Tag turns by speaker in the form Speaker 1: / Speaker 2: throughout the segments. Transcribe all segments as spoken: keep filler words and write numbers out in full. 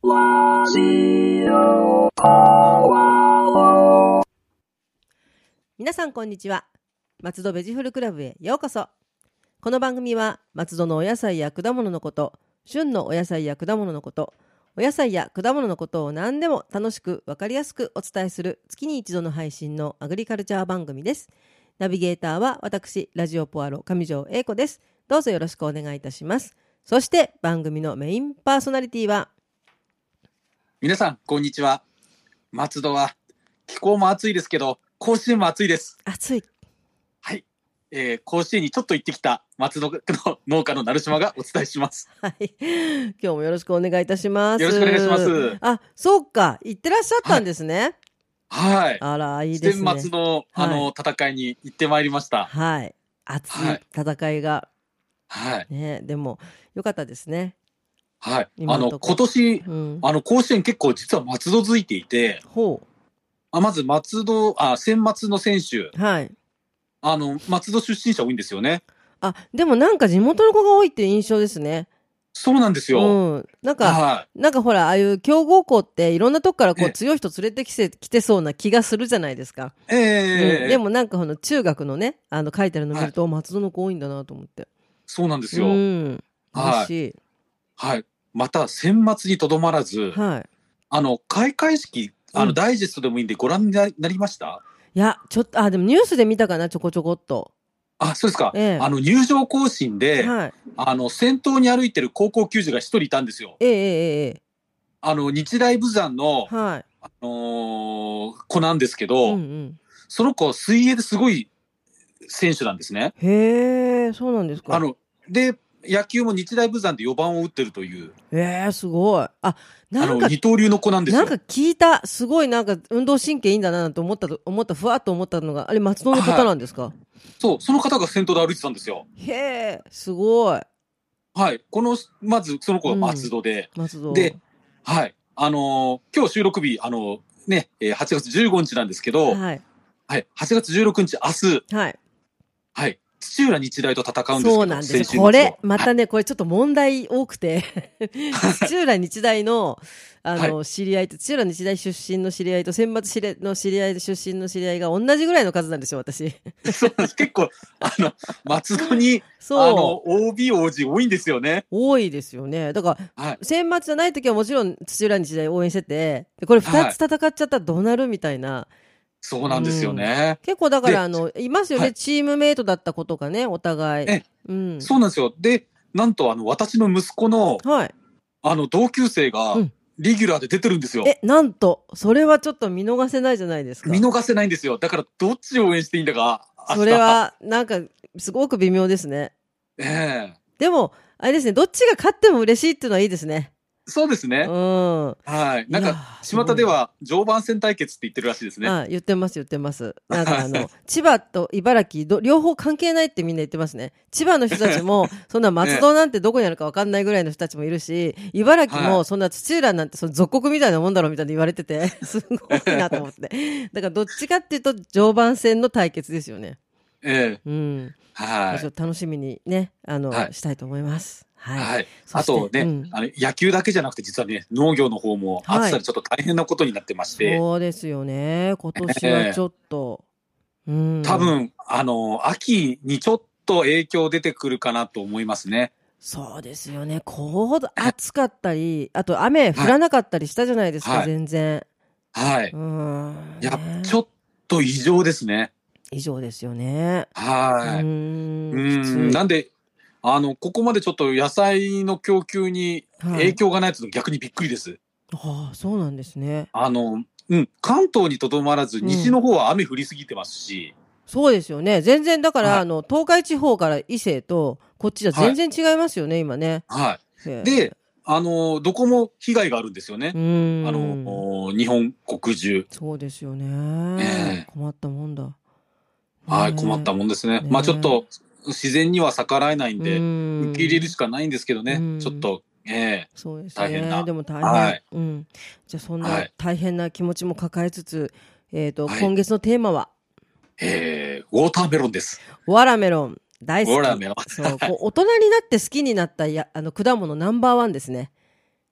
Speaker 1: ラジオポアロ
Speaker 2: 皆さんこんにちは。松戸ベジフルクラブへようこそ。この番組は松戸のお野菜や果物のこと、旬のお野菜や果物のこと、お野菜や果物のことを何でも楽しく分かりやすくお伝えする月に一度の配信のアグリカルチャー番組です。ナビゲーターは私ラジオポアロ上条英子です。どうぞよろしくお願いいたします。そして番組のメインパーソナリティは
Speaker 3: 皆さんこんにちは。松戸は気候も暑いですけど甲子園も暑いです。
Speaker 2: 暑い。
Speaker 3: はい、えー、甲子園にちょっと行ってきた松戸の農家の成島がお伝えします。
Speaker 2: はい、今日もよろしくお願いいたします。
Speaker 3: よろしくお願いします。
Speaker 2: あ、そうか、行ってらっしゃったんですね。
Speaker 3: はい、
Speaker 2: あら、いいですね。
Speaker 3: 選抜の、あの、はい、戦いに行ってまいりました。
Speaker 2: はい、熱い戦いが、
Speaker 3: はい
Speaker 2: ね、でもよかったですね。
Speaker 3: はい、あの今年、うん、あの甲子園結構実は松戸づいていて、
Speaker 2: ほう、
Speaker 3: あまず松戸あ選抜の選手、
Speaker 2: はい、
Speaker 3: あの松戸出身者多いんですよね。
Speaker 2: あ、でもなんか地元の子が多いっていう印象ですね。
Speaker 3: そうなんですよ。
Speaker 2: うん、なんか、はい、なんかほらああいう強豪校っていろんなとこからこう強い人連れてきて、きてそうな気がするじゃないですか。
Speaker 3: えー
Speaker 2: うん、でもなんかこの中学のね、あの書いてあるの見ると、はい、松戸の子多いんだなと思って。
Speaker 3: そうなんですよ。
Speaker 2: うん、嬉しい。
Speaker 3: はい、はい、また選抜にとどまらず、はい、あの開会式、あのダイジェストでもいいんでご覧になりました？
Speaker 2: いや、ちょっと、あ、でもニュースで見たかな、ちょこちょこっと。
Speaker 3: あ、そうですか。
Speaker 2: ええ、
Speaker 3: あの入場行進で、はい、あの先頭に歩いてる高校球児が一人いたんですよ。
Speaker 2: ええええ、
Speaker 3: あの日大豊山の、
Speaker 2: はい、
Speaker 3: あのー、子なんですけど、
Speaker 2: うんうん、そ
Speaker 3: の子水泳ですごい選手なんですね。
Speaker 2: へえ、そうなんですか。
Speaker 3: あので野球も日大豊山でよばんを打ってるという。
Speaker 2: えー、すごい。あ、なんか
Speaker 3: 二刀流の子なんですよ。
Speaker 2: なんか聞いた、すごいなんか運動神経いいんだなと思ったと思ったふわっと思ったのが、あれ松戸の方なんですか？はい、
Speaker 3: そう、その方が先頭で歩いてたんですよ。
Speaker 2: へえ、すごい。
Speaker 3: はい、このまずその子が松戸で、
Speaker 2: うん、松戸
Speaker 3: で、はい、あのー、今日収録日あのね、はちがつじゅうごにちなんですけど、
Speaker 2: はい、
Speaker 3: はい、はちがつじゅうろくにち明日、
Speaker 2: はい、
Speaker 3: はい。土浦日大と戦うんですけど、
Speaker 2: そうなんですよ。これ、またね、はい、これちょっと問題多くて、土浦日大の、あの、はい、知り合いと、土浦日大出身の知り合いと、選抜の知り合い、出身の知り合いが同じぐらいの数なんですよ、私。
Speaker 3: そうなんです。結構、あの、松戸に、あの、オービー 王子多いんですよね。
Speaker 2: 多いですよね。だから、はい、選抜じゃない時はもちろん土浦日大応援してて、これふたつ戦っちゃったらどうなるみたいな。
Speaker 3: そうなんですよね。
Speaker 2: うん、結構だからあのいますよね、はい、チームメイトだった子とかね、お互い。
Speaker 3: え、うん、そうなんですよ。で、なんとあの私の息子の、はい、あの同級生がレギュラーで出てるんですよ。
Speaker 2: うん、え、なんとそれはちょっと見逃せないじゃないですか。
Speaker 3: 見逃せないんですよ。だからどっちを応援していいんだか。
Speaker 2: それはなんかすごく微妙ですね。
Speaker 3: ええ。
Speaker 2: でもあれですね、どっちが勝っても嬉しいっていうのはいいですね。
Speaker 3: そうですね。
Speaker 2: うん。
Speaker 3: はい。なんか、巷では常磐戦対決って言ってるらしいですね。
Speaker 2: ああ、言ってます、言ってます。なんかあの、千葉と茨城ど、両方関係ないってみんな言ってますね。千葉の人たちも、そんな松戸なんてどこにあるか分かんないぐらいの人たちもいるし、茨城もそんな土浦なんてその属国みたいなもんだろうみたいな言われてて、すごいなと思って。だからどっちかっていうと常磐戦の対決ですよね。
Speaker 3: ええ。
Speaker 2: うん。
Speaker 3: はい。
Speaker 2: ちょっと楽しみにね、あの、はい、したいと思います。はい。
Speaker 3: はい、あとね、うん、あの野球だけじゃなくて実はね、農業の方も暑さでちょっと大変なことになってまして、はい、
Speaker 2: そうですよね。今年はちょっと、
Speaker 3: えー、うん、多分あの秋にちょっと影響出てくるかなと思いますね。
Speaker 2: そうですよね。こう暑かったり、あと雨降らなかったりしたじゃないですか、はい、全然。
Speaker 3: はい。うん、いや、ちょっと異常ですね。
Speaker 2: 異常ですよね。
Speaker 3: はい。うん、なんで。あのここまでちょっと野菜の供給に影響がないと逆にびっくりです。はい、
Speaker 2: ああ、そうなんですね。
Speaker 3: あの、うん、関東にとどまらず西の方は雨降りすぎてますし、
Speaker 2: うん、そうですよね。全然だから、はい、あの東海地方から伊勢とこっちじゃ全然違いますよね、はい、今ね。
Speaker 3: はい。で、あのどこも被害があるんですよね。あの日本国中。
Speaker 2: そうですよね。えー、困ったもんだ。
Speaker 3: はい、困ったもんですね。ね、まあちょっと。自然には逆らえないんで受け入れるしかないんですけどね、ちょっと、えー、
Speaker 2: そうですね、
Speaker 3: 大変な。
Speaker 2: でも大変、はい、うん、じゃあそんな大変な気持ちも抱えつつ、えーと、はい、今月のテーマは、
Speaker 3: えー、ウォーターメロンです。
Speaker 2: ウォーラーメロン大好き。
Speaker 3: ウォーラーメロン
Speaker 2: そうこう大人になって好きになったやあの果物ナンバーワンですね。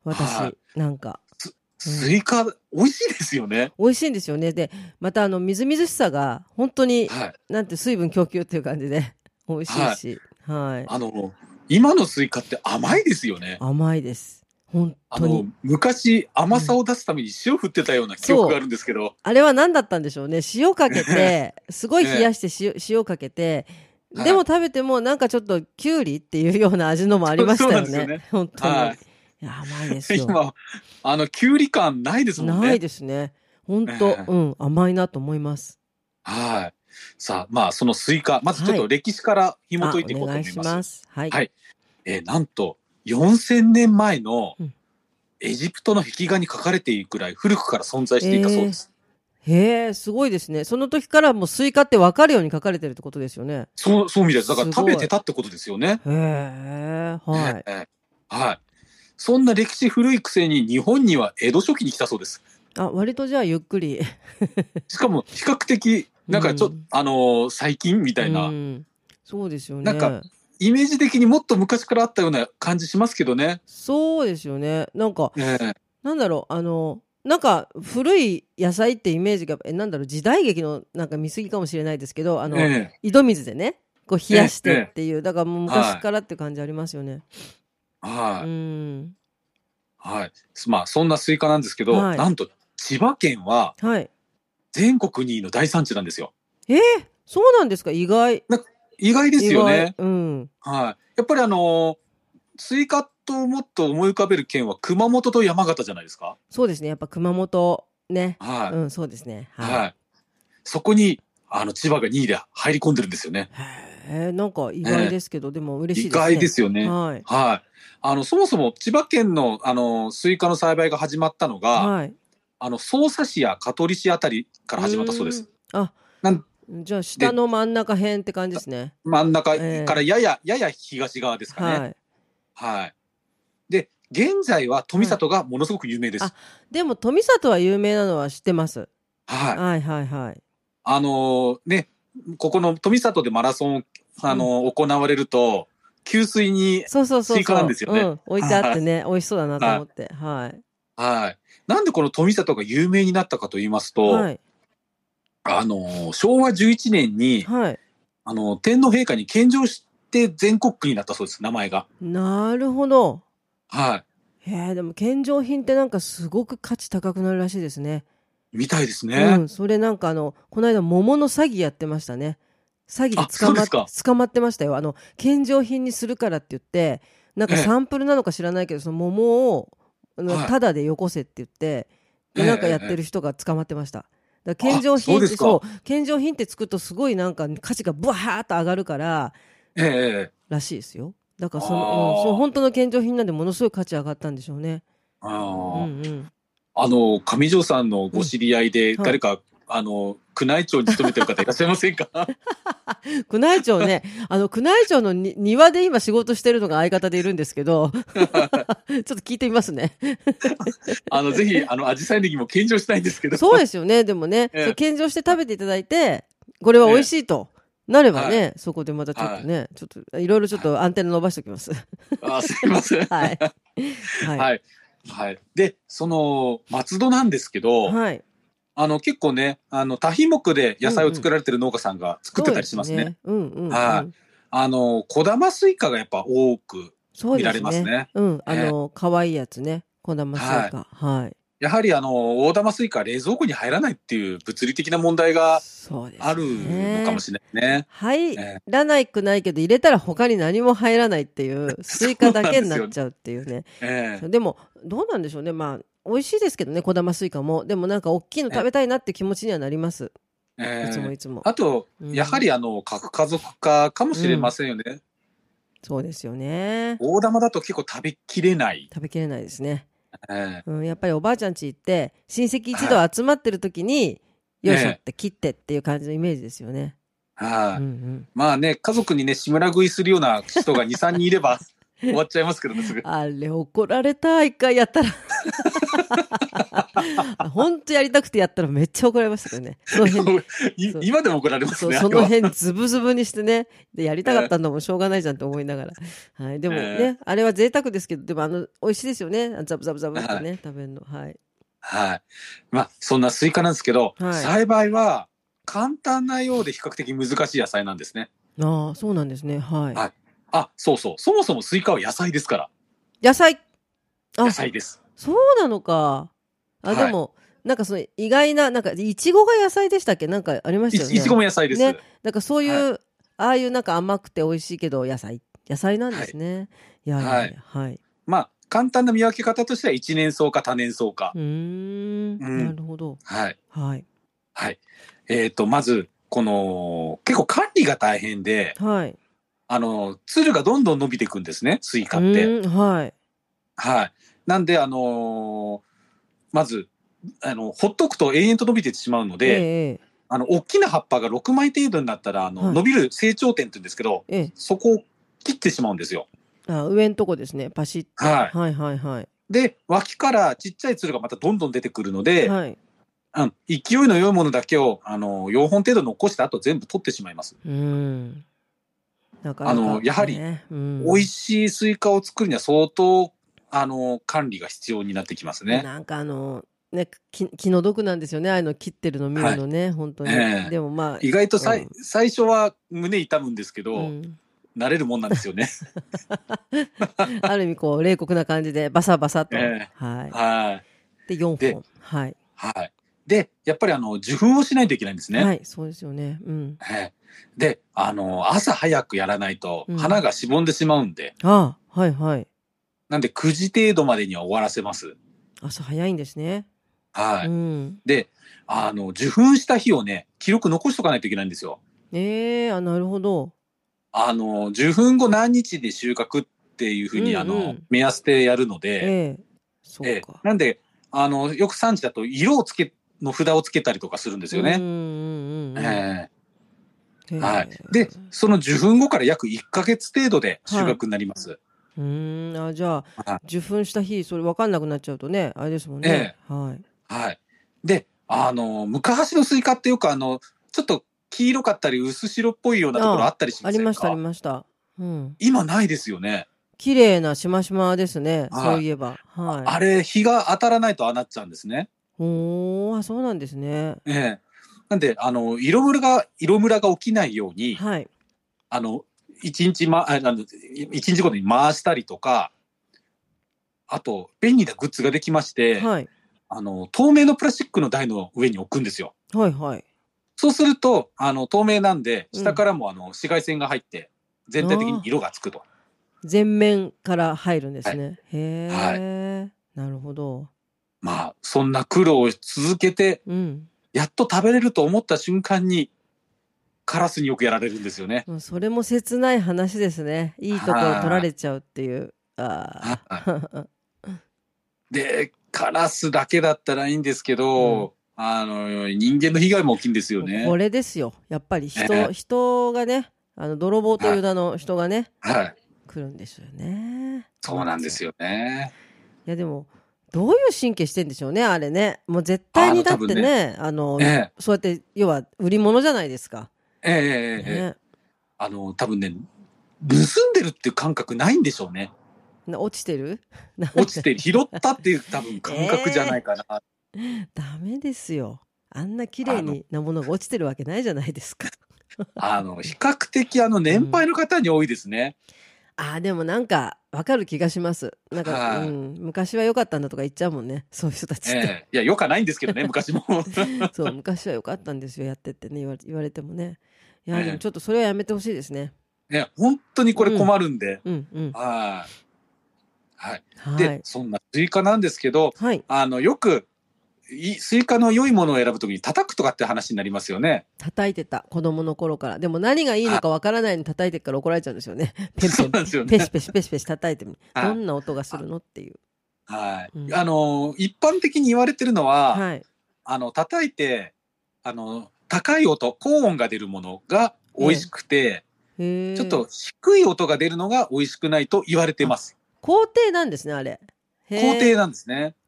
Speaker 2: 私、
Speaker 3: はい
Speaker 2: なんか。
Speaker 3: スイカ、美味しいですよね。
Speaker 2: 美味しいんですよね。で、またあの、みずみずしさが、本当に、
Speaker 3: はい。
Speaker 2: なんて水分供給っていう感じで、美味しい
Speaker 3: はい。
Speaker 2: し、はい。
Speaker 3: あの、今のスイカって甘いですよね。
Speaker 2: 甘いです。本
Speaker 3: あ
Speaker 2: 当に。
Speaker 3: の、昔甘さを出すために塩振ってたような記憶があるんですけど。
Speaker 2: あれは何だったんでしょうね。塩かけて、すごい冷やして塩、塩かけて、
Speaker 3: はい
Speaker 2: でも食べてもなんかちょっとキュウリっていうような味のもありましたよね。
Speaker 3: そうそうなんですよね。
Speaker 2: 本当に。
Speaker 3: はい。
Speaker 2: いや、甘いですよ。
Speaker 3: 今、あの、キュウリ感ないですもんね。
Speaker 2: ないですね。本当、
Speaker 3: ええ
Speaker 2: うん、甘いなと思います。
Speaker 3: はい。さあ、まあ、そのスイカ、まずちょっと
Speaker 2: はい
Speaker 3: 歴史から紐
Speaker 2: あ、
Speaker 3: 解いていこ
Speaker 2: お願い
Speaker 3: うと思います。
Speaker 2: します。はい。
Speaker 3: はい。えーなんと、よんせんねんまえの
Speaker 2: うん
Speaker 3: エジプトの壁画に書かれているくらい古くから存在していたそうです。
Speaker 2: へえ、すごいですね。その時からもうスイカって分かるように書かれてるってことですよね。
Speaker 3: そう、そうみたいです。だから食
Speaker 2: すごい
Speaker 3: べてたってことですよね。
Speaker 2: へえ、はい。
Speaker 3: ええはい。そんな歴史古いくせに日本には江戸初期に来たそうです。
Speaker 2: あ、割とじゃあゆっくり。
Speaker 3: しかも比較的、なんかちょっと、
Speaker 2: うん
Speaker 3: あのー最近みたいな、
Speaker 2: うんそうですよね。
Speaker 3: なんかイメージ的にもっと昔からあったような感じしますけどね。
Speaker 2: そうですよね。なんか、
Speaker 3: ええ
Speaker 2: なんだろう、あの、なんか古い野菜ってイメージが、え、なんだろう、時代劇のなんか見過ぎかもしれないですけど、あの、
Speaker 3: ええ
Speaker 2: 井戸水でね、こう冷やして
Speaker 3: ええ
Speaker 2: っていう、だからもう昔からって感じありますよね。う
Speaker 3: はい。
Speaker 2: ん。
Speaker 3: はい。まあ、そんなスイカなんですけど、
Speaker 2: はい
Speaker 3: なんと千葉県は
Speaker 2: はい。
Speaker 3: 全国にいの大産地なんですよ。
Speaker 2: えー、そうなんですか、意外。
Speaker 3: な意外です
Speaker 2: 意外。
Speaker 3: よね。
Speaker 2: うん。
Speaker 3: はい。やっぱりあのースイカともっと思い浮かべる県は熊本と山形じゃないですか。
Speaker 2: そうですね、やっぱ熊本ね。
Speaker 3: はい。
Speaker 2: うん、そうですね。はい。
Speaker 3: はい。そこに、あの、千葉がにいで入り込んでるんですよね。
Speaker 2: へえ、なんか意外ですけど、でも嬉しい
Speaker 3: 意
Speaker 2: ですね。
Speaker 3: 外ですよね。
Speaker 2: はい。
Speaker 3: はい。あの、そもそも千葉県の、あの、スイカの栽培が始まったのが、
Speaker 2: はい。
Speaker 3: あの、匝瑳市や香取市あたりから始まったそうです。
Speaker 2: うーんあ、
Speaker 3: なん
Speaker 2: じゃあ下の真ん中辺って感じですね。
Speaker 3: 真ん中
Speaker 2: ええ
Speaker 3: からやや、やや東側ですかね。
Speaker 2: はい。
Speaker 3: はい。で、現在は富里がものすごく有名です。
Speaker 2: あ、でも富里は有名なのは知ってます。
Speaker 3: はい。
Speaker 2: はいはいはい。
Speaker 3: あのーね、ここの富里でマラソン、あのー行われると、給水に
Speaker 2: そうそうそう
Speaker 3: スイカなんですよね。
Speaker 2: うん、置いてあってね、美味しそうだなと思って。はい。
Speaker 3: はい。なんでこの富里が有名になったかと言いますと、
Speaker 2: はい。
Speaker 3: あのー昭和じゅういちねんに、
Speaker 2: はい。
Speaker 3: あのー天皇陛下に献上して全国区になったそうです、名前が。
Speaker 2: なるほど。
Speaker 3: はい。
Speaker 2: へえ、でも献上品ってなんかすごく価値高くなるらしいですね。
Speaker 3: みたいです
Speaker 2: う
Speaker 3: ね。
Speaker 2: ん、それなんかあの、この間桃の詐欺やってましたね。詐欺で
Speaker 3: あそ
Speaker 2: 捕まっ
Speaker 3: うですか
Speaker 2: 捕まってましたよ。あの、献上品にするからって言って、なんか
Speaker 3: ええ
Speaker 2: サンプルなのか知らないけど、その桃を、あの
Speaker 3: はい
Speaker 2: タダでよこせって言って、で、
Speaker 3: ええ
Speaker 2: なんかやっ
Speaker 3: ええ
Speaker 2: てる人が捕まってました。だから献上
Speaker 3: あそう
Speaker 2: 品って、
Speaker 3: ですか
Speaker 2: そう、献上品ってつくとすごいなんか価値がブワーッと上がるから、
Speaker 3: ええええ
Speaker 2: らしいですよ。だからそ
Speaker 3: あ
Speaker 2: の、うん、
Speaker 3: ー
Speaker 2: その本当の献上品なんでものすごい価値上がったんでしょうね。
Speaker 3: あ
Speaker 2: うん
Speaker 3: ー
Speaker 2: うん。
Speaker 3: あの、上条さんのご知り合いで、
Speaker 2: はい
Speaker 3: 誰か、あの、宮内庁に勤めてる方いらっしゃいませんか
Speaker 2: 宮内庁ね、あの、宮内庁のに庭で今仕事してるのが相方でいるんですけど、ちょっと聞いてみますね。
Speaker 3: あの、ぜひ、あの、アジサイネギも献上したいんですけど。
Speaker 2: そうですよね、でもね、
Speaker 3: ええ
Speaker 2: そう献上して食べていただいて、これは美味しいとなればね、そこでまたちょっとね、ちょっと、いろいろちょっとアンテナ伸ばしておきます。
Speaker 3: あすいません。
Speaker 2: はい。はい。
Speaker 3: はい。はい。で、その、松戸なんですけど、
Speaker 2: はい。
Speaker 3: あの、結構ね、あの、多品目で野菜を作られてる農家さんが作ってたりしますね。
Speaker 2: そうですね。うんうん、うん。
Speaker 3: はい。あの、小玉スイカがやっぱ多く見ら
Speaker 2: そうです
Speaker 3: れますね。
Speaker 2: うん、あの、可愛いやつね。小玉スイカ。はい。
Speaker 3: やはりあの、大玉スイカは冷蔵庫に入らないっていう物理的な問題が
Speaker 2: そうですね
Speaker 3: あるのかもしれないね。
Speaker 2: 入
Speaker 3: え
Speaker 2: らないくないけど、入れたら他に何も入らないっていう、スイカだけになっちゃうっていうね。
Speaker 3: ええ
Speaker 2: でも、どうなんでしょうね。まあ、美味しいですけどね、小玉スイカも。でもなんか、大きいの食べたいなって気持ちにはなります。
Speaker 3: ええ
Speaker 2: いつもいつも。
Speaker 3: あと、
Speaker 2: うん
Speaker 3: やはりあの、核家族化かもしれませんよね。
Speaker 2: そうですよね。
Speaker 3: 大玉だと結構食べきれない。
Speaker 2: 食べきれないですね。
Speaker 3: ええ
Speaker 2: うん、やっぱりおばあちゃん家行って、親戚一同集まってる時に、よいしょって切ってっていう感じのイメージですよね。
Speaker 3: はい、
Speaker 2: うんうん
Speaker 3: まあね、家族にね、志村食いするような人がに、さんにんいれば終わっちゃいますけどね、すぐ。
Speaker 2: あれ怒られた、一回やったら。 本当やりたくてやったらめっちゃ怒られましたけどね。その辺
Speaker 3: い
Speaker 2: そう
Speaker 3: 今でも怒られますね。
Speaker 2: そうその
Speaker 3: あれは
Speaker 2: 辺ズブズブにしてね。で、やりたかったんだもんしょうがないじゃんって思いながら。はい。でもね、
Speaker 3: え
Speaker 2: あれは贅沢ですけど、でもあの、美味しいですよね。ザブザブザブって
Speaker 3: は
Speaker 2: ね、食べるの。はい。
Speaker 3: はい。まあ、そんなスイカなんですけど、
Speaker 2: はい
Speaker 3: 栽培は簡単なようで比較的難しい野菜なんですね。
Speaker 2: ああ、そうなんですね。はい。
Speaker 3: はい。あ、そうそう。そもそもスイカは野菜ですから。
Speaker 2: 野菜あ
Speaker 3: 野菜です。
Speaker 2: そうなのか。あ、
Speaker 3: はい
Speaker 2: でも、なんかその意外な、なんか、いちごが野菜でしたっけなんかありま
Speaker 3: い
Speaker 2: したよね。
Speaker 3: いちごも野菜です。
Speaker 2: ね。なんかそういう、
Speaker 3: は
Speaker 2: ああいうなんか甘くて美味しいけど野菜。野菜なんですね。い、やいやいや、
Speaker 3: はい
Speaker 2: はい。
Speaker 3: まあ、簡単な見分け方としては一年草か多年草か
Speaker 2: う。ーん、
Speaker 3: うん
Speaker 2: なるほど。
Speaker 3: はい。
Speaker 2: はい。
Speaker 3: はい。えっ、と、まず、この、結構管理が大変で、
Speaker 2: はい。
Speaker 3: あの、つるがどんどん伸びていくんですね、スイ
Speaker 2: う
Speaker 3: カって。
Speaker 2: ーん、はい。
Speaker 3: はい。なんで、あのーまず、あの、ほっとくと永遠と伸びてしまうので、
Speaker 2: ええ
Speaker 3: あの、大きな葉っぱがろくまい程度になったら、あの、
Speaker 2: はい
Speaker 3: 伸びる成長点って言うんですけど、
Speaker 2: ええ。
Speaker 3: そこを切ってしまうんですよ。
Speaker 2: あ、上んとこですね。パシッと。
Speaker 3: はい
Speaker 2: はいはいはい。
Speaker 3: で、脇からちっちゃいつるがまたどんどん出てくるので、
Speaker 2: はい。
Speaker 3: うん、勢いの良いものだけを、あの、よんほん程度残した後全部取ってしまいます。
Speaker 2: うーん。なかなか、
Speaker 3: あのやはり
Speaker 2: ね、うん、
Speaker 3: 美味しいスイカを作るには相当、あの、管理が必要になってきますね。
Speaker 2: なんかあの、ね、気気の毒なんですよね。ああいうの切ってるの見るのね、本当に。
Speaker 3: ええ
Speaker 2: でもまあ。
Speaker 3: 意外とさい、
Speaker 2: うん
Speaker 3: 最初は胸痛むんですけど、
Speaker 2: うん
Speaker 3: 慣れるもんなんですよね。
Speaker 2: ある意味こう冷酷な感じでバサバサと。
Speaker 3: ええ
Speaker 2: はい。
Speaker 3: はい。
Speaker 2: で、よん
Speaker 3: で
Speaker 2: ほん。はい。
Speaker 3: はい。で、やっぱりあの、受粉をしないといけないんですね。
Speaker 2: はい、そうですよね。うん。
Speaker 3: ええで、あの、朝早くやらないと
Speaker 2: うん
Speaker 3: 花がしぼんでしまうんで、
Speaker 2: ああ、はいはい。
Speaker 3: なんでくじ程度までには終わらせます。
Speaker 2: 朝早いんですね。
Speaker 3: はい。
Speaker 2: うん。
Speaker 3: で、あの、受粉した日をね、記録残しとかないといけないんですよ。
Speaker 2: ええあ、なるほど。
Speaker 3: あの、受粉後何日で収穫っていうふうに、
Speaker 2: うんうん
Speaker 3: あの、目安でやるので、
Speaker 2: ええそう
Speaker 3: ええ
Speaker 2: か。
Speaker 3: なんで、あの、よく産地だと色をつけ、の札をつけたりとかするんですよね。
Speaker 2: うんうんうんうん。
Speaker 3: え
Speaker 2: へえ
Speaker 3: えはい。で、その受粉後から約いっかげつ程度で収穫になります。
Speaker 2: うーん、あ、じゃあ、
Speaker 3: はい
Speaker 2: 受粉した日、それ分かんなくなっちゃうとね、あれですもんね。はい。
Speaker 3: はい。で、あの、昔のスイカってよくあの、ちょっと黄色かったり薄白っぽいようなところあったりしませんか？
Speaker 2: ありました、ありました。うん。
Speaker 3: 今ないですよね。
Speaker 2: 綺麗なしましまですね。
Speaker 3: はい
Speaker 2: そういえば。はい。
Speaker 3: あれ、日が当たらないとああなっちゃうんですね。
Speaker 2: おー、あ、そうなんですね。
Speaker 3: ええなんで、あの、色ムラが、色ムラが起きないように、
Speaker 2: はい。
Speaker 3: あの、一日ま、あの、一日ごとに回したりとか、あと、便利なグッズができまして、
Speaker 2: はい。
Speaker 3: あの、透明のプラスチックの台の上に置くんですよ。
Speaker 2: はいはい。
Speaker 3: そうすると、あの、透明なんで、
Speaker 2: うん
Speaker 3: 下からもあの、紫外線が入って、全体的に色がつくと。
Speaker 2: 全面から入るんですね。へ
Speaker 3: は
Speaker 2: え。なるほど。
Speaker 3: まあ、そんな苦労を続けて、
Speaker 2: うん。
Speaker 3: やっと食べれると思った瞬間に、カラスによくやられるんですよね。
Speaker 2: もうそれも切ない話ですね。いいところ取られちゃうっていう。ああ。
Speaker 3: で、カラスだけだったらいいんですけど、
Speaker 2: うん
Speaker 3: あの、人間の被害も大きいんですよね。
Speaker 2: これですよ。やっぱり人、
Speaker 3: ええ
Speaker 2: 人がね、あの泥棒という名の人がね、
Speaker 3: はい。
Speaker 2: 来るんですよね。
Speaker 3: そうなんですよね。
Speaker 2: いやでも、どういう神経してんでしょうね、あれね。もう絶対にだってね、あの、
Speaker 3: ええ
Speaker 2: そうやって、要は売り物じゃないですか。
Speaker 3: ええええええ
Speaker 2: ね、
Speaker 3: あの、多分ね、盗んでるっていう感覚ないんでしょうね。
Speaker 2: な落ちてる
Speaker 3: 落ちて拾ったっていう多分感覚じゃないかな。
Speaker 2: ダメですよ。あんな綺麗になものが落ちてるわけないじゃないですか。
Speaker 3: あの、比較的あの、年配の方に多いですね。
Speaker 2: ああ、でもなんか、わかる気がします。なんか、
Speaker 3: はい
Speaker 2: うん、昔は良かったんだとか言っちゃうもんね。そういう人たちって。
Speaker 3: ええいや、よかないんですけどね、昔も。
Speaker 2: そう、昔は良かったんですよ、やってってね、言われ言われてもね。いや、
Speaker 3: ええ
Speaker 2: でもちょっとそれはやめてほしいですね。
Speaker 3: ね、本当にこれ困るんで。
Speaker 2: うん、うん。
Speaker 3: はい。はい。
Speaker 2: は
Speaker 3: で、
Speaker 2: い。
Speaker 3: そんなスイカなんですけど、
Speaker 2: はい。
Speaker 3: あの、よく、いスイカの良いものを選ぶときに叩くとかって話になりますよね。
Speaker 2: 叩いてた、子供の頃から。でも何がいいのかわからないのに叩いてから怒られちゃうんですよね。ペンペン。
Speaker 3: そうなんですよね
Speaker 2: ペシペシペシペシ叩いてみ。
Speaker 3: はい
Speaker 2: どんな音がするのっていう。
Speaker 3: はい。
Speaker 2: うん
Speaker 3: あの、一般的に言われてるのは、
Speaker 2: はい。
Speaker 3: あの、叩いて、あの、高い音、高音が出るものが美味しくて、
Speaker 2: へえ。
Speaker 3: ちょっと低い音が出るのが美味しくないと言われてます。
Speaker 2: 工程なんですね、あれ。へー
Speaker 3: 工程なんですね。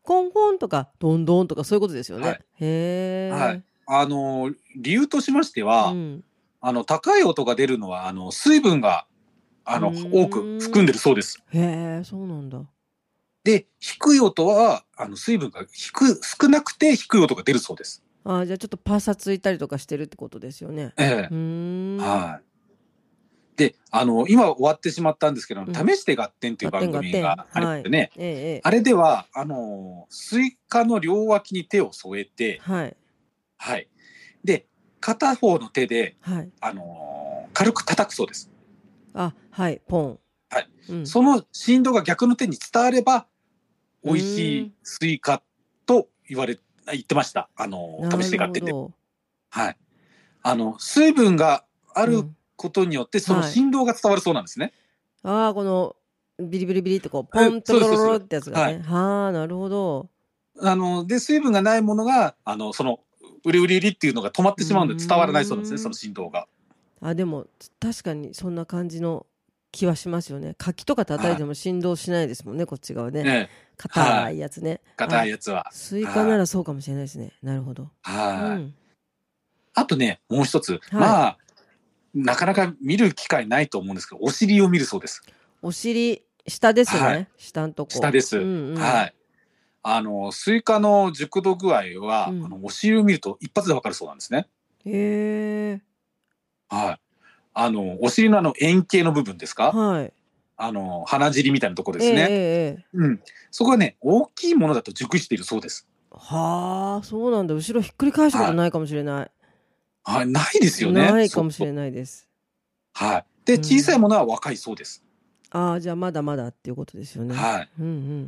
Speaker 2: コンコンとかドンドンとかそういうことですよね。
Speaker 3: はい
Speaker 2: へえ。
Speaker 3: はい。あの理由としましては、
Speaker 2: うん、
Speaker 3: あの高い音が出るのはあの水分があの多く含んでるそうです。
Speaker 2: へえ、そうなんだ。
Speaker 3: で、低い音はあの水分が低少なくて低い音が出るそうです。
Speaker 2: ああ、じゃあちょっとパサついたりとかしてるってことですよね。
Speaker 3: ええ。
Speaker 2: うーん。
Speaker 3: はい。で、あの今終わってしまったんですけど、
Speaker 2: うん、
Speaker 3: 試して合点という番組がありましてね、
Speaker 2: はい、ええ、
Speaker 3: あれではあのスイカの両脇に手を添えて、
Speaker 2: はい、
Speaker 3: はい、で片方の手で、
Speaker 2: はい、
Speaker 3: あの軽く叩くそうです。
Speaker 2: あ、はい、ポン。
Speaker 3: はい、
Speaker 2: うん、
Speaker 3: その振動が逆の手に伝われば美味しいスイカと言われ言ってました。あの試して合点で、はい、あの水分があることによってその振動が伝わるそうなんですね。
Speaker 2: はい、ああ、このビリビリビリってこうポンとロロロロってやつがね。はあ、なるほど。
Speaker 3: あので水分がないものがあのそのウリウリウリっていうのが止まってしまうので伝わらないそうなんですね、その振動が。
Speaker 2: あ、でも確かにそんな感じの気はしますよね。柿とか叩いても振動しないですもんね、こっち側ね。硬いやつね。
Speaker 3: 硬いやつは。
Speaker 2: スイカならそうかもしれないですね。なるほど。
Speaker 3: はい。あとね、もう一つ、まあなかなか見る機会ないと思うんですけど、お尻を見るそうです。
Speaker 2: お尻、下ですね。下のとこ。
Speaker 3: 下です。はい。あのスイカの熟度具合は、あのお尻を見ると一発でわかるそうなんですね。
Speaker 2: へえ。
Speaker 3: はい。あのお尻のあの円形の部分ですか。
Speaker 2: はい。
Speaker 3: あの鼻尻みたいなところですね。
Speaker 2: ええ、
Speaker 3: うん。そこはね、大きいものだと熟しているそうです。
Speaker 2: はあ、そうなんだ。後ろひっくり返したことないかもしれない。
Speaker 3: はい、ないですよね。
Speaker 2: ないかもしれないです。
Speaker 3: はい。で、小さいものは若いそうです。
Speaker 2: ああ、じゃあまだまだっていうことですよね。
Speaker 3: はい。
Speaker 2: うんうん。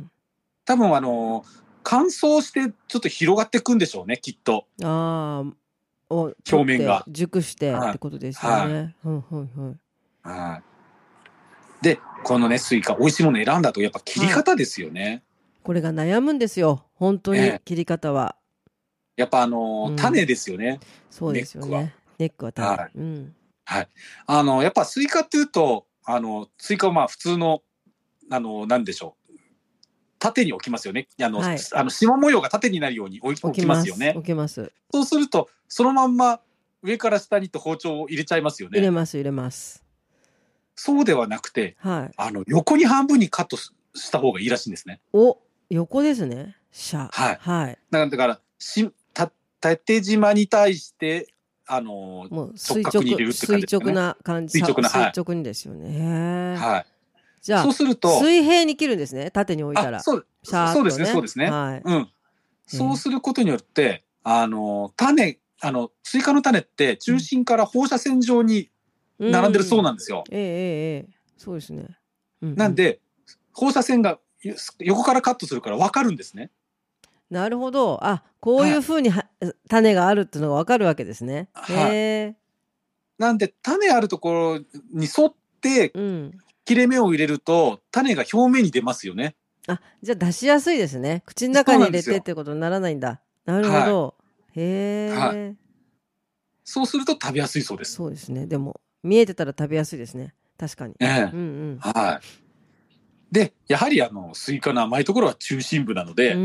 Speaker 3: 多分あの乾燥してちょっと広がっていくんでしょうね、きっと。
Speaker 2: ああ、お
Speaker 3: 表面が
Speaker 2: 熟してってことですよね。はいはい
Speaker 3: はい。で、このねスイカ美味しいもの選んだとやっぱ切り方ですよね。はい、
Speaker 2: これが悩むんですよ。本当に切り方は。
Speaker 3: やっぱあの、うん、種ですよね。
Speaker 2: そうですよね。ネックは種。
Speaker 3: はい。うん、はい。あのやっぱスイカっていうとあのスイカはまあ普通のあのなんでしょう。縦に置きますよね。あの、はい、あの縞模様が縦になるように置きますよね。
Speaker 2: 置きます。
Speaker 3: そうするとそのまんま上から下にと包丁を入れちゃいますよね。
Speaker 2: 入れます入れます。
Speaker 3: そうではなくて、
Speaker 2: はい、
Speaker 3: あの横に半分にカットした方がいいらしいんですね。
Speaker 2: お、横ですね。シャ。
Speaker 3: はい。
Speaker 2: はい。
Speaker 3: だからした縦縞に対してあの
Speaker 2: もう
Speaker 3: 直角に入れるって感じですね。
Speaker 2: 垂直な感じ。
Speaker 3: 垂直な、
Speaker 2: 垂直にですよね。
Speaker 3: はい。
Speaker 2: じゃあ
Speaker 3: そうすると
Speaker 2: 水平に切るんですね。縦に置いたら。
Speaker 3: そうそうですねそうですね。はい。うん。そうすることによってあの種あのスイカの種って中心から放射線状に並んでるそうなんですよ。
Speaker 2: うん、ええええそうですね。
Speaker 3: うんうん、なんで放射線が横からカットするから分かるんですね。
Speaker 2: なるほど。あ、こういうふうに、はい、種があるっていうのが分かるわけですね。
Speaker 3: はい。なんで種あるところに沿って切れ目を入れると種が表面に出ますよね。
Speaker 2: あ、じゃあ出しやすいですね。口の中に入れてってことにならないんだ。なるほど。はい、へえ、はい。
Speaker 3: そうすると食べやすいそうです。
Speaker 2: そうですね。でも見えてたら食べやすいですね。確かに。
Speaker 3: ええ、うんうん、はい。でやはりあのスイカの甘いところは中心部なので、うん、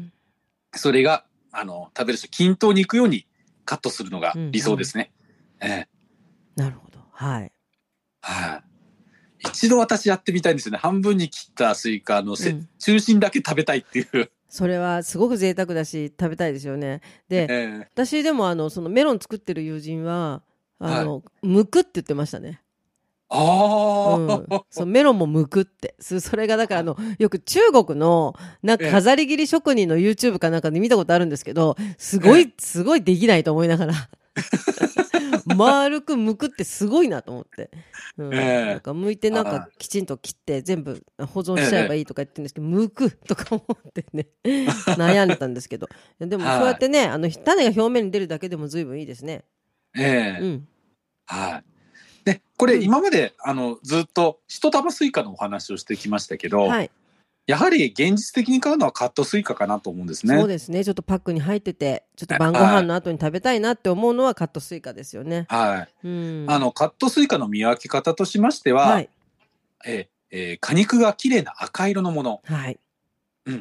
Speaker 3: それがあの食べる人均等にいくようにカットするのが理想ですね。うんうん、え
Speaker 2: え、なるほど。はい。
Speaker 3: はい。一度私やってみたいんですよね。半分に切ったスイカのせ、うん、中心だけ食べたいっていう。
Speaker 2: それはすごく贅沢だし食べたいですよね。で、えー、私でもあのそのメロン作ってる友人はあの、はい、剥くって言ってましたね。
Speaker 3: ああ、うん、
Speaker 2: そうメロンも剥くってそれがだからあのよく中国のなんか飾り切り職人の YouTube かなんかで見たことあるんですけどすごいすごいできないと思いながら丸く剥くってすごいなと思って、うんえー、なんか剥いてなんかきちんと切って全部保存しちゃえばいいとか言ってるんですけど、えー、剥くとか思ってね悩んでたんですけどでもそうやってねあの種が表面に出るだけでも随分いいですね。
Speaker 3: ええー、うん、はい。でこれ今まで、うん、あのずっと一玉スイカのお話をしてきましたけど、はい、やはり現実的に買うのはカットスイカかなと思うんですね。
Speaker 2: そうですね。ちょっとパックに入っててちょっと晩ご飯の後に食べたいなって思うのはカットスイカですよね。
Speaker 3: はい、うん、あのカットスイカの見分け方としましては、はい、ええー、果肉が綺麗な赤色のもの、
Speaker 2: はい、
Speaker 3: うん、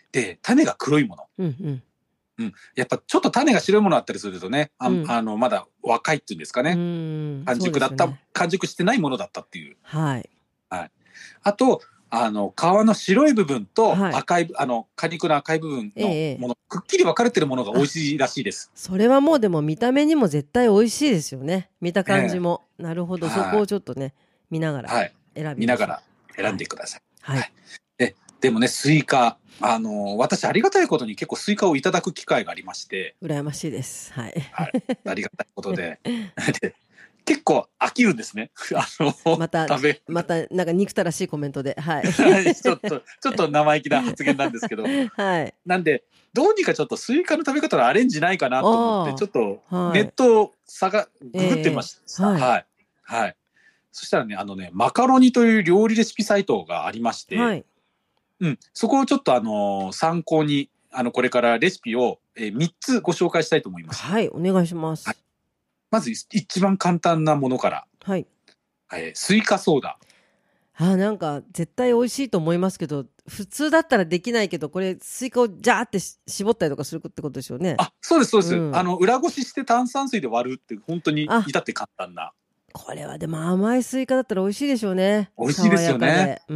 Speaker 3: で、種が黒いもの。
Speaker 2: うんうん
Speaker 3: うん。やっぱちょっと種が白いものあったりするとね、あ、
Speaker 2: うん、
Speaker 3: あの、まだ若いっていうんですか
Speaker 2: う
Speaker 3: ね。
Speaker 2: ん、
Speaker 3: 完
Speaker 2: そう
Speaker 3: 熟だった、
Speaker 2: ですよね。
Speaker 3: 完熟してないものだったっていう。
Speaker 2: はい。
Speaker 3: はい。あと、あの、皮の白い部分と
Speaker 2: はい。
Speaker 3: 赤い、あの、果肉の赤い部分
Speaker 2: ええ、ええ。
Speaker 3: のもの、くっきり分かれてるものが美味
Speaker 2: あ、
Speaker 3: しいらしいです。
Speaker 2: それはもうでも見た目にも絶対美味しいですよね。見た感じ
Speaker 3: ええ。
Speaker 2: も。なるほど。そこ
Speaker 3: はい。
Speaker 2: をちょっとね、見ながら
Speaker 3: はい。
Speaker 2: 選びましょう。
Speaker 3: 見ながら選ん
Speaker 2: はい。
Speaker 3: でください。
Speaker 2: はい。
Speaker 3: はい。で、でもね、スイカ、あの、私ありがたいことに結構スイカをいただく機会がありまして、
Speaker 2: 羨ましいです。はい。
Speaker 3: はい。ありがたいことで。で、結構飽きるんですね。あの、
Speaker 2: また、
Speaker 3: 食べ、
Speaker 2: また、なんか憎たらしいコメントで。はい。
Speaker 3: ちょっと、ちょっと生意気な発言なんですけど、
Speaker 2: はい。
Speaker 3: なんで、どうにかちょっとスイカの食べ方のアレンジないかなと思って、
Speaker 2: あ
Speaker 3: ちょっと
Speaker 2: あ、は
Speaker 3: ネッ
Speaker 2: い。
Speaker 3: トを探、
Speaker 2: え
Speaker 3: ググってみま
Speaker 2: え、
Speaker 3: した。
Speaker 2: はい。
Speaker 3: はい。はい。そしたらね、あのね、マカロニという料理レシピサイトがありまして、
Speaker 2: はい。
Speaker 3: うん、そこをちょっとあの、参考に、あの、これからレシピを、えー、みっつご紹介したいと思います。
Speaker 2: はい。お願いしま
Speaker 3: はい。
Speaker 2: す。
Speaker 3: まず、一番簡単なものから、
Speaker 2: はい。
Speaker 3: えースイカソーダ。
Speaker 2: あー、なんか絶対美味しいと思いますけど、普通だったらできないけど、これスイカをジャーってし絞ったりとかするってことでしょうね。
Speaker 3: あ、そうです、そうです。
Speaker 2: うん。
Speaker 3: あの、裏ごしして炭酸水で割るって、本当に
Speaker 2: あ、
Speaker 3: 至って簡単な。
Speaker 2: これはでも甘いスイカだったら美味しいでしょうね。
Speaker 3: 美味しいで
Speaker 2: 爽や
Speaker 3: すよね。
Speaker 2: かで。うん。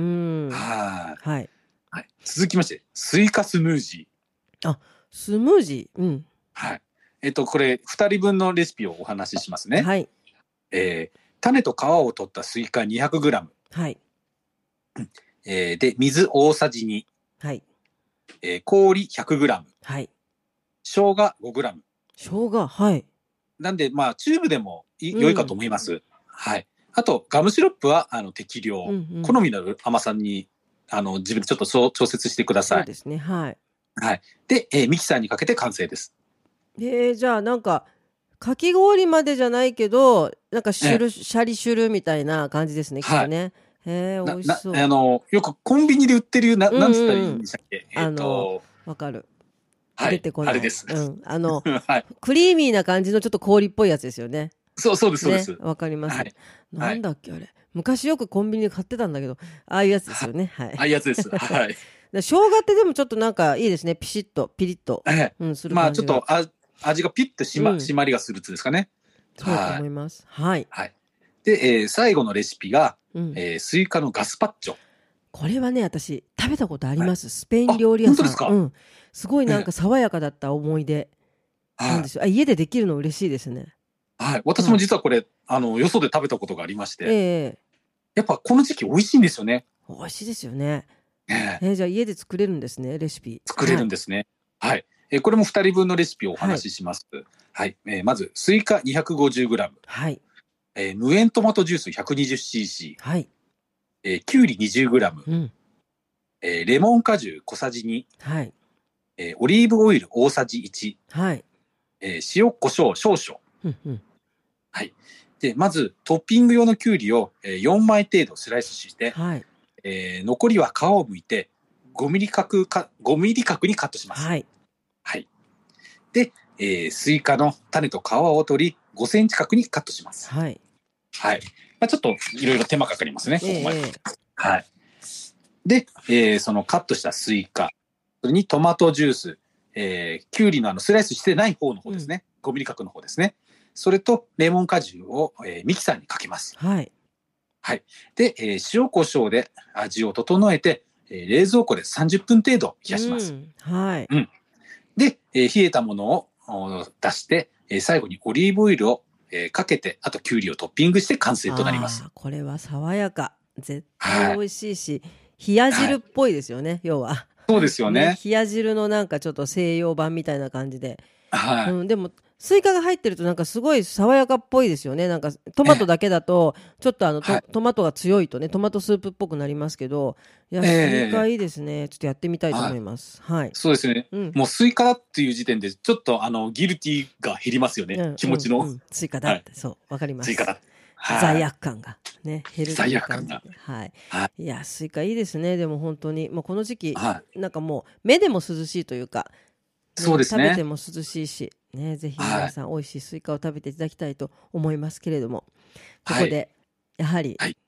Speaker 3: はい。
Speaker 2: はい。
Speaker 3: はい。続きまして、スイカスムージー。
Speaker 2: あ、スムージー。うん。
Speaker 3: はい。えっと、これ、ふたりぶんのレシピをお話ししますね。
Speaker 2: はい。
Speaker 3: えー種と皮を取ったスイカ にひゃくグラム。
Speaker 2: はい。
Speaker 3: えーで、水大さじに。
Speaker 2: はい。
Speaker 3: えー氷 ひゃくグラム。
Speaker 2: はい。
Speaker 3: 生姜 ごグラム。
Speaker 2: 生姜。はい。
Speaker 3: なんで、まあ、チューブでもいい、
Speaker 2: うん。
Speaker 3: 良いかと思います。はい。あと、ガムシロップは、あの、適量。
Speaker 2: うんうん。
Speaker 3: 好みの甘さに、あの、自分でちょっとそう調節してください。
Speaker 2: そうですね。はい。
Speaker 3: はい。で、えーミキサーにかけて完成です。
Speaker 2: えー、じゃあなんか、かき氷までじゃないけど、なんかシュ
Speaker 3: え
Speaker 2: ル、シャリシュルみたいな感じですね、きっ
Speaker 3: はい。
Speaker 2: とね。へえ、美
Speaker 3: な、な、
Speaker 2: 味しそう。
Speaker 3: あの、よくコンビニで売ってる、な、
Speaker 2: うん
Speaker 3: なんつったらいい
Speaker 2: うんうん。
Speaker 3: んでしたっけ？えっ
Speaker 2: あの、
Speaker 3: と、
Speaker 2: わかる。出
Speaker 3: はい。
Speaker 2: てこない。
Speaker 3: あれです。
Speaker 2: うん。あの、
Speaker 3: はい。
Speaker 2: クリーミーな感じのちょっと氷っぽいやつですよね。
Speaker 3: そう、そうです、そうで
Speaker 2: ね。
Speaker 3: す。
Speaker 2: わかります。
Speaker 3: はい。
Speaker 2: なん
Speaker 3: はい。
Speaker 2: だっけあれ。昔よくコンビニで買ってたんだけど、ああいうやつです
Speaker 3: は
Speaker 2: よね。はい。
Speaker 3: ああいうやつです。はい。
Speaker 2: で生姜ってでもちょっとなんかいいですね。ピシッと、ピリッと、
Speaker 3: ええ。
Speaker 2: うん、する
Speaker 3: まあ、
Speaker 2: 感じが。
Speaker 3: ちょっと、あ、味がピッとしま、
Speaker 2: うん。
Speaker 3: 締まりがするっつうんですかね。
Speaker 2: そうだと
Speaker 3: はい。
Speaker 2: 思います。はい。
Speaker 3: はい。で、えー最後のレシピが、
Speaker 2: うん。
Speaker 3: えースイカのガスパッチョ。
Speaker 2: これはね、私、食べたことあり
Speaker 3: はい。
Speaker 2: ます。スペイン
Speaker 3: あ、
Speaker 2: 料理屋さん。う
Speaker 3: 本当ですか？
Speaker 2: ん。すごいなん
Speaker 3: ええ。
Speaker 2: か爽やかだった思い出なん
Speaker 3: はい。
Speaker 2: ですよ。あ、家でできるの嬉しいですね。
Speaker 3: はい。私も
Speaker 2: はい。
Speaker 3: 実はこれ、あの、よそで食べたことがありまし
Speaker 2: え
Speaker 3: て、
Speaker 2: え、
Speaker 3: やっぱこの時期美味しいんですよね。
Speaker 2: 美味しいですよね。
Speaker 3: ええ。
Speaker 2: えーじゃあ家で作れるんですね、レシピ。
Speaker 3: 作れ
Speaker 2: はい。
Speaker 3: るんですね。はい。えーこれもふたりぶんのレシピをお
Speaker 2: はい。
Speaker 3: 話しします。はい。えーまず、スイカ にひゃくごじゅうグラム、
Speaker 2: はい。
Speaker 3: えー無塩トマトジュース ひゃくにじゅうシーシー、
Speaker 2: はい。
Speaker 3: えー、きゅうり にじゅうグラム、
Speaker 2: うん。
Speaker 3: えーレモン果汁小さじに、
Speaker 2: はい。
Speaker 3: えーオリーブオイル大さじいち、
Speaker 2: はい。
Speaker 3: えー塩コショウ少々。
Speaker 2: うんうん。
Speaker 3: はい。で、まず、トッピング用のきゅうりをえーよんまい程度スライスして、
Speaker 2: はい。
Speaker 3: えー残りは皮を剥いて、ごミリ角か、ごミリ角にカットします。
Speaker 2: はい。
Speaker 3: はい。で、えースイカの種と皮を取り、ごセンチ角にカットします。
Speaker 2: はい。
Speaker 3: はい。まあ、ちょっといろいろ手間かかりますね、こ
Speaker 2: え
Speaker 3: こまで。
Speaker 2: え、ええ
Speaker 3: はい。で、えーそのカットしたスイカ、それにトマトジュース、えー、きゅうりのあのスライスしてない方の方ですね。ごミリ角の方ですね。それとレモン果汁を、えーミキサーにかけます。
Speaker 2: はい。
Speaker 3: はい。で、えー塩コショウで味を整えて、えー冷蔵庫でさんじゅっぷん程度冷やします。
Speaker 2: うん。はい。
Speaker 3: うん。で、えー冷えたものをお出して、えー最後にオリーブオイルを、えーかけて、あときゅうりをトッピングして完成となります。
Speaker 2: ああ、これは爽やか。絶対
Speaker 3: はい。
Speaker 2: 美味しいし、冷や
Speaker 3: はい。
Speaker 2: 汁っぽいですよね、要は。
Speaker 3: そうですよ
Speaker 2: ね、
Speaker 3: ね。
Speaker 2: 冷や汁のなんかちょっと西洋版みたいな感じで。
Speaker 3: はい。
Speaker 2: うん、でも、スイカが入ってるとなんかすごい爽やかっぽいですよね。なんかト
Speaker 3: ええ。
Speaker 2: マトだけだと、ちょっとあのト、
Speaker 3: はい。
Speaker 2: トマトが強いとね、トマトスープっぽくなりますけど、いや、
Speaker 3: ええ、
Speaker 2: スイカ
Speaker 3: ええ、
Speaker 2: いいですね。ちょっとやってみたいと
Speaker 3: はい。
Speaker 2: 思います。はい。
Speaker 3: そうですね。
Speaker 2: うん。
Speaker 3: もうスイカだっていう時点で、ちょっとあの、ギルティが減りますよね。
Speaker 2: うん
Speaker 3: 気持ちの。
Speaker 2: うんうん。スイカだ
Speaker 3: はい。
Speaker 2: って、そう、わかります。
Speaker 3: スイカだ。はい。
Speaker 2: 罪悪感がね、減るって
Speaker 3: 罪
Speaker 2: いう
Speaker 3: 悪感が。
Speaker 2: 感じで。はい。
Speaker 3: はい。
Speaker 2: いや、スイカいいですね。でも本当に。もうこの時期、
Speaker 3: はい。
Speaker 2: なんかもう目でも涼しいというか、
Speaker 3: そう
Speaker 2: ね、
Speaker 3: ですね。
Speaker 2: 食べても涼しいし、ね、ぜひ
Speaker 3: はい。
Speaker 2: 皆さん美味しいスイカを食べていただきたいと思いますけれども、こ
Speaker 3: はい。
Speaker 2: こで、やはり、
Speaker 3: はい。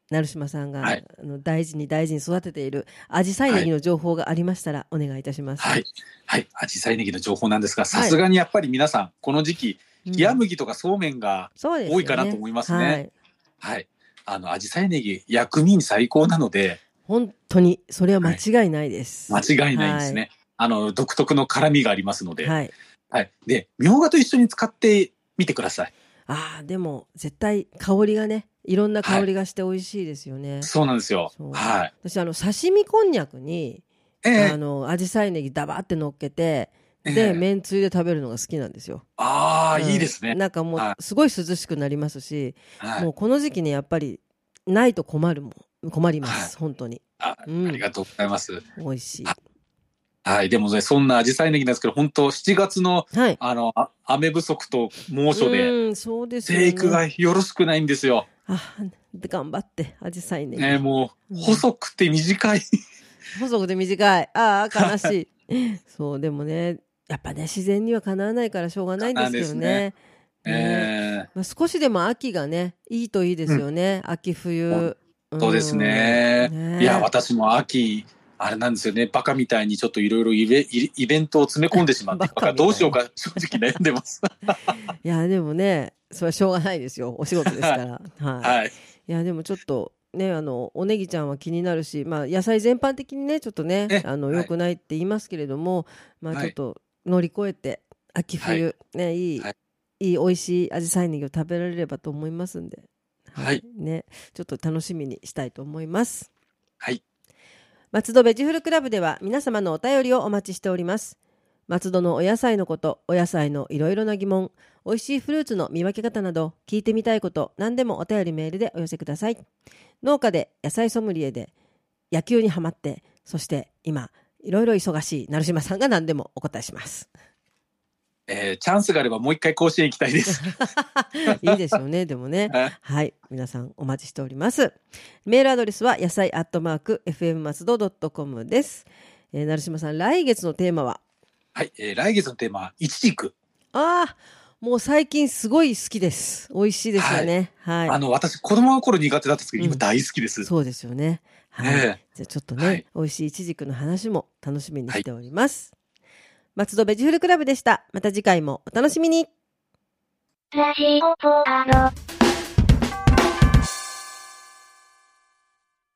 Speaker 2: 成島さんが、
Speaker 3: はい、
Speaker 2: あの大事に大事に育てているアジサイネギの情報がありましたらお願いいたします。
Speaker 3: はい、はい、アジサイネギの情報なんですが、さすがにやっぱり皆さんこの時期、冷麦とかそうめんが多いかなと思いますね。はい、はい、あのアジサイネギ薬味に最高なので、
Speaker 2: 本当にそれは間違いないです。
Speaker 3: はい、間違いないですね。はい、あの独特の辛みがありますので、
Speaker 2: はい
Speaker 3: はい、でみょうがと一緒に使ってみてください。
Speaker 2: あーでも絶対香りがね、いろんな香りがして美味しいですよね。はい、
Speaker 3: そうなんですよ。はい、
Speaker 2: 私あの刺身こんにゃくに、えー、あのアジサイネギダバって乗っけて、で、えー、めんつゆで食べるのが好きなんですよ。
Speaker 3: ああ、うん、いいですね。
Speaker 2: なんかもうすごい涼しくなりますし、はい、もうこの時期ねやっぱりないと困るもん困ります、はい、本当に。
Speaker 3: あ、うん、ありがとうございます。
Speaker 2: 美味しい。
Speaker 3: はい、でもね、そんなアジサイネギなんですけど、本当しちがつの、はい、あの雨不足と猛暑で、
Speaker 2: そうですよね、
Speaker 3: 生育がよろしくないんですよ。
Speaker 2: あ、頑張ってアジサイネギ。
Speaker 3: ね、もう、うん、細くて短い。
Speaker 2: 細くて短い。ああ、悲しい。そう、でもね、やっぱね、自然にはかなわないからしょうがないんですけどね。ね、えーまあ、少しでも秋がね、いいといいですよね。うん、秋冬。
Speaker 3: そうですね。ね、いや、私も秋、あれなんですよね。バカみたいにちょっといろいろイベントを詰め込んでしまって、バカどうしようか正直悩んでます。
Speaker 2: いや、でもね、それはしょうがないですよ。お仕事ですから。はい。はい、いや、でもちょっと、ね、あのおネギちゃんは気になるし、まあ、野菜全般的にねちょっとねあの良くないって言いますけれども、はい、まあ、ちょっと乗り越えて秋冬、はい、ね、いい、はい、いい美味しいアジサイネギを食べられればと思いますんで、はい、ね、ちょっと楽しみにしたいと思います。
Speaker 3: はい、
Speaker 2: 松戸ベジフルクラブでは皆様のお便りをお待ちしております。松戸のお野菜のこと、お野菜のいろいろな疑問、美味しいフルーツの見分け方など聞いてみたいこと、何でもお便りメールでお寄せください。農家で野菜ソムリエで野球にハマって、そして今いろいろ忙しい成島さんが何でもお答えします。
Speaker 3: えー、チャンスがあればもう一回甲子園行きたいです。
Speaker 2: いいですよね。でもね、はい、皆さんお待ちしております。メールアドレスは野菜アットマーク エフエム 松戸 ドットコム です。えー、成島さん、来月のテーマは？
Speaker 3: はい、えー、来月のテーマはイチジク。
Speaker 2: ああ、もう最近すごい好きです。美味しいですよね。はい。はい、
Speaker 3: あの私子供の頃苦手だったんですけど、うん、今大好きです。
Speaker 2: そうですよね。はい。えー、じゃあちょっとね、はい、美味しいイチジクの話も楽しみにしております。はい、松戸ベジフルクラブでした。また次回もお楽しみに。
Speaker 1: ラジオポアド。